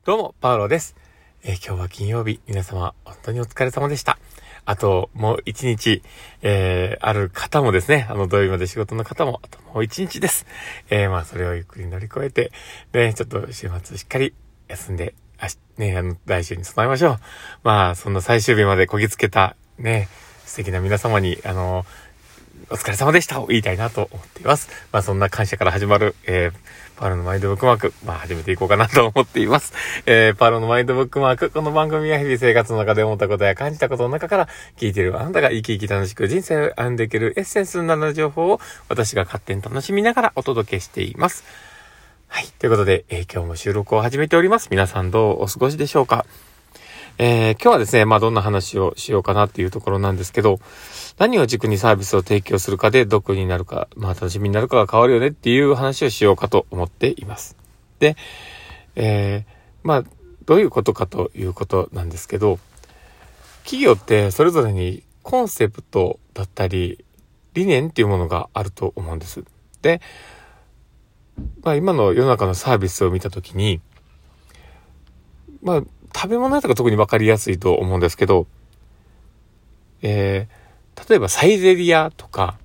どうも、パウロです。今日は金曜日、皆様、本当にお疲れ様でした。あと、もう一日、ある方もですね、土曜日まで仕事の方も、あともう一日です。それをゆっくり乗り越えて、ちょっと週末しっかり休んで、来週に備えましょう。そんな最終日までこぎつけた、素敵な皆様に、お疲れ様でしたを言いたいなと思っています。そんな感謝から始まる、パールのマインドブックマーク、始めていこうかなと思っています。パールのマインドブックマーク、この番組は日々生活の中で思ったことや感じたことの中から聞いているあなたが生き生き楽しく人生を歩んでいけるエッセンスになる情報を私が勝手に楽しみながらお届けしています。はい。ということで、今日も収録を始めております。皆さんどうお過ごしでしょうか？今日はですね、どんな話をしようかなっていうところなんですけど、何を軸にサービスを提供するかで得になるか、楽しみになるかが変わるよねっていう話をしようかと思っています。で、どういうことかということなんですけど、企業ってそれぞれにコンセプトだったり、理念っていうものがあると思うんです。で、今の世の中のサービスを見たときに、食べ物だとか特に分かりやすいと思うんですけど、例えばサイゼリヤとか、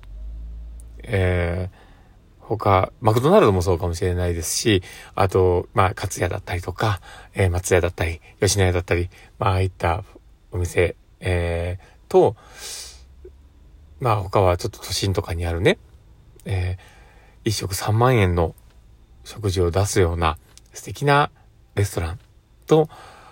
他、マクドナルドもそうかもしれないですし、あと、カツヤだったりとか、松屋だったり、吉野家だったり、ああいったお店、と、他はちょっと都心とかにあるね、一食3万円の食事を出すような素敵なレストランと、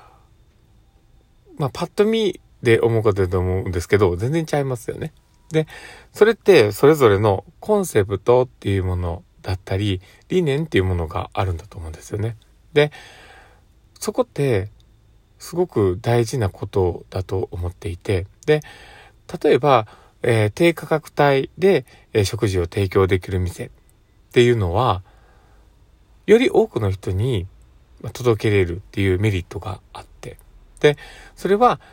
パッと見で思うことだと思うんですけど、全然ちゃいますよね。で、それってそれぞれのコンセプトっていうものだったり、理念っていうものがあるんだと思うんですよね。で、そこってすごく大事なことだと思っていて、で、例えば、低価格帯で、食事を提供できる店っていうのは、より多くの人に届けれるっていうメリットがあって、で、それは、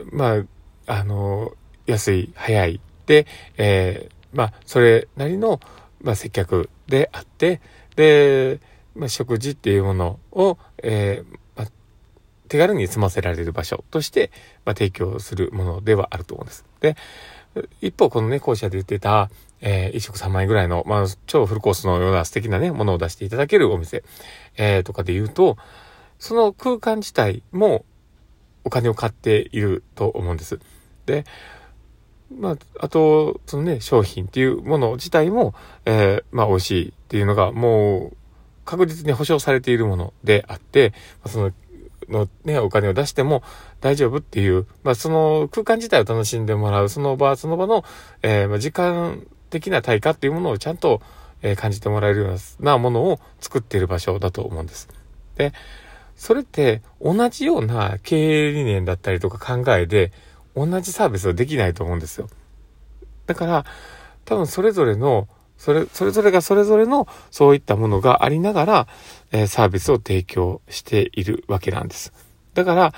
安い、早い、で、それなりの、接客であって、で、食事っていうものを、手軽に済ませられる場所として、提供するものではあると思うんです。で、一方、このね、校舎で言ってた、一食3万円ぐらいの、超フルコースのような素敵なね、ものを出していただけるお店、とかで言うと、その空間自体もお金を買っていると思うんです。で、あと、そのね、商品っていうもの自体も、美味しいっていうのがもう確実に保証されているものであって、そのね、お金を出しても大丈夫っていう、その空間自体を楽しんでもらう、その場の、時間的な対価っていうものをちゃんと、感じてもらえるようなものを作っている場所だと思うんです。で、それって同じような経営理念だったりとか考えで同じサービスはできないと思うんですよ。だから多分それぞれのそれぞれがそれぞれのそういったものがありながら、サービスを提供しているわけなんです。だから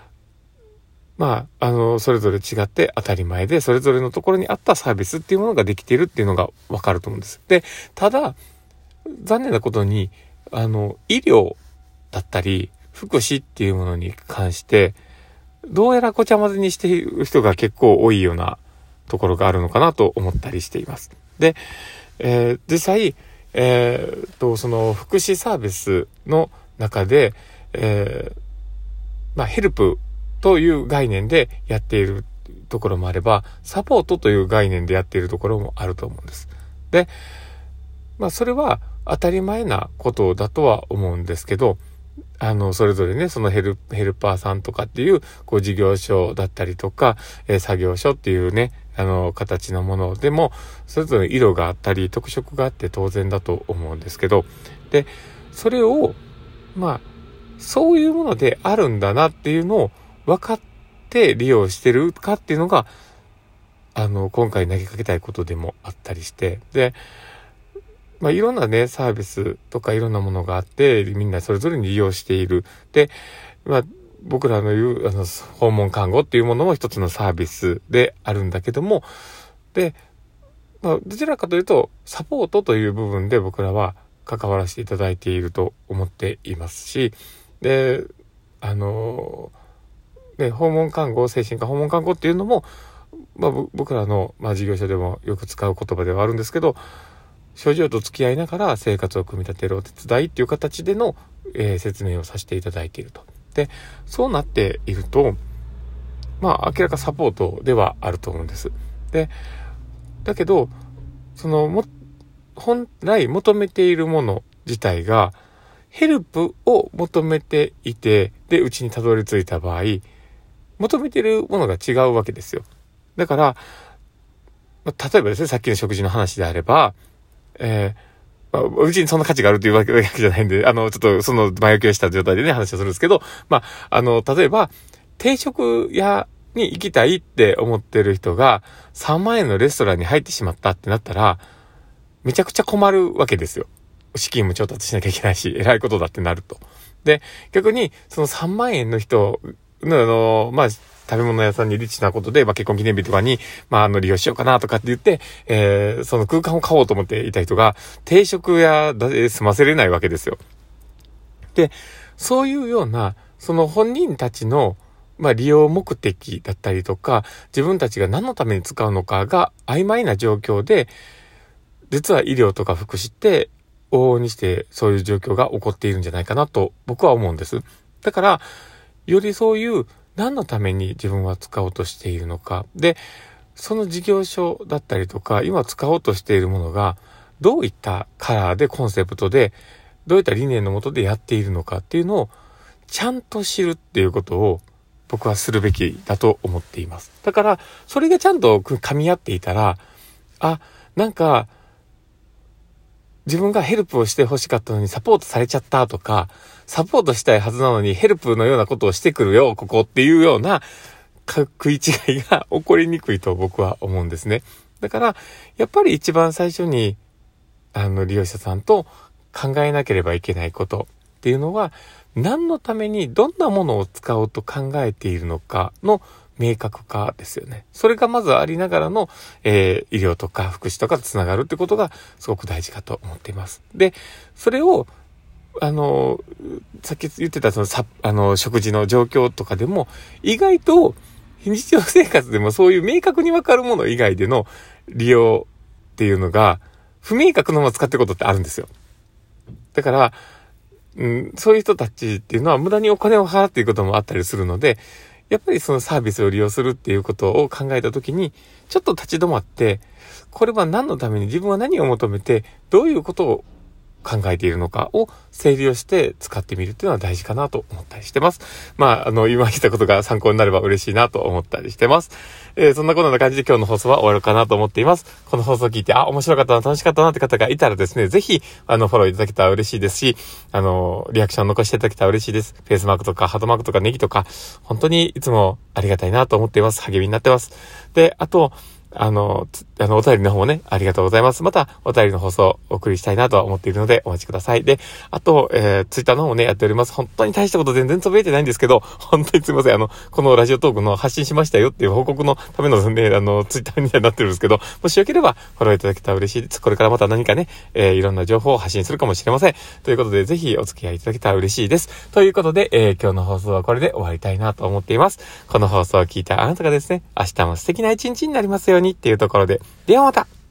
それぞれ違って当たり前で、それぞれのところに合ったサービスっていうものができているっていうのがわかると思うんです。で、ただ残念なことに医療だったり福祉っていうものに関してどうやらごちゃ混ぜにしている人が結構多いようなところがあるのかなと思ったりしています。で、実際、その福祉サービスの中で、ヘルプという概念でやっているところもあれば、サポートという概念でやっているところもあると思うんです。で、それは当たり前なことだとは思うんですけど、それぞれね、そのヘルパーさんとかっていう、事業所だったりとか、作業所っていうね、形のものでも、それぞれ色があったり、特色があって当然だと思うんですけど、で、それを、そういうものであるんだなっていうのを分かって利用してるかっていうのが、今回投げかけたいことでもあったりして、で、いろんなね、サービスとかいろんなものがあって、みんなそれぞれに利用している。で、僕らの言う、訪問看護っていうものも一つのサービスであるんだけども、で、どちらかというと、サポートという部分で僕らは関わらせていただいていると思っていますし、で、 訪問看護、精神科訪問看護っていうのも、僕らの、事業所でもよく使う言葉ではあるんですけど、症状と付き合いながら生活を組み立てるお手伝いっていう形での、説明をさせていただいていると。で、そうなっていると、明らかサポートではあると思うんです。で、だけど、本来求めているもの自体が、ヘルプを求めていて、で、うちにたどり着いた場合、求めているものが違うわけですよ。だから、例えばですね、さっきの食事の話であれば、うちにそんな価値があるというわけじゃないんで、ちょっとその前置きをした状態でね、話をするんですけど、例えば、定食屋に行きたいって思ってる人が、3万円のレストランに入ってしまったってなったら、めちゃくちゃ困るわけですよ。資金も調達しなきゃいけないし、偉いことだってなると。で、逆に、その3万円の人の、食べ物屋さんにリッチなことで、結婚記念日とかに、利用しようかなとかって言って、その空間を買おうと思っていた人が、定食屋で済ませれないわけですよ。で、そういうような、その本人たちの、利用目的だったりとか、自分たちが何のために使うのかが曖昧な状況で、実は医療とか福祉って往々にしてそういう状況が起こっているんじゃないかなと僕は思うんです。だから、よりそういう何のために自分は使おうとしているのか。で、その事業所だったりとか、今使おうとしているものが、どういったカラーでコンセプトで、どういった理念のもとでやっているのかっていうのを、ちゃんと知るっていうことを、僕はするべきだと思っています。だから、それがちゃんと噛み合っていたら、自分がヘルプをして欲しかったのにサポートされちゃったとか、サポートしたいはずなのにヘルプのようなことをしてくるよ、ここっていうような食い違いが起こりにくいと僕は思うんですね。だから、やっぱり一番最初に、利用者さんと考えなければいけないことっていうのは、何のためにどんなものを使おうと考えているのかの明確化ですよね。それがまずありながらの、医療とか福祉とかとつながるってことがすごく大事かと思っています。で、それを、さっき言ってた食事の状況とかでも、意外と日常生活でもそういう明確にわかるもの以外での利用っていうのが、不明確なものを使ってることってあるんですよ。だから、そういう人たちっていうのは無駄にお金を払っていることもあったりするので、やっぱりそのサービスを利用するっていうことを考えたときに、ちょっと立ち止まって、これは何のために自分は何を求めて、どういうことを考えているのかを整理をして使ってみるっていうのは大事かなと思ったりしてます。今言ったことが参考になれば嬉しいなと思ったりしてます。そんなこんな感じで今日の放送は終わるかなと思っています。この放送を聞いて、面白かったな、楽しかったなって方がいたらですね、ぜひ、フォローいただけたら嬉しいですし、リアクション残していただけたら嬉しいです。フェイスマークとか、ハートマークとか、ネギとか、本当にいつもありがたいなと思っています。励みになってます。で、あと、お便りの方もね、ありがとうございます。また、お便りの放送をお送りしたいなとは思っているので、お待ちください。で、あと、ツイッターの方もね、やっております。本当に大したこと全然つぶやいてないんですけど、本当にすいません。このラジオトークの発信しましたよっていう報告のためのね、ツイッターみたいになってるんですけど、もしよければ、フォローいただけたら嬉しいです。これからまた何かね、いろんな情報を発信するかもしれません。ということで、ぜひお付き合いいただけたら嬉しいです。ということで、今日の放送はこれで終わりたいなと思っています。この放送を聞いたあなたがですね、明日も素敵な一日になりますようにっていうところで、ではまた。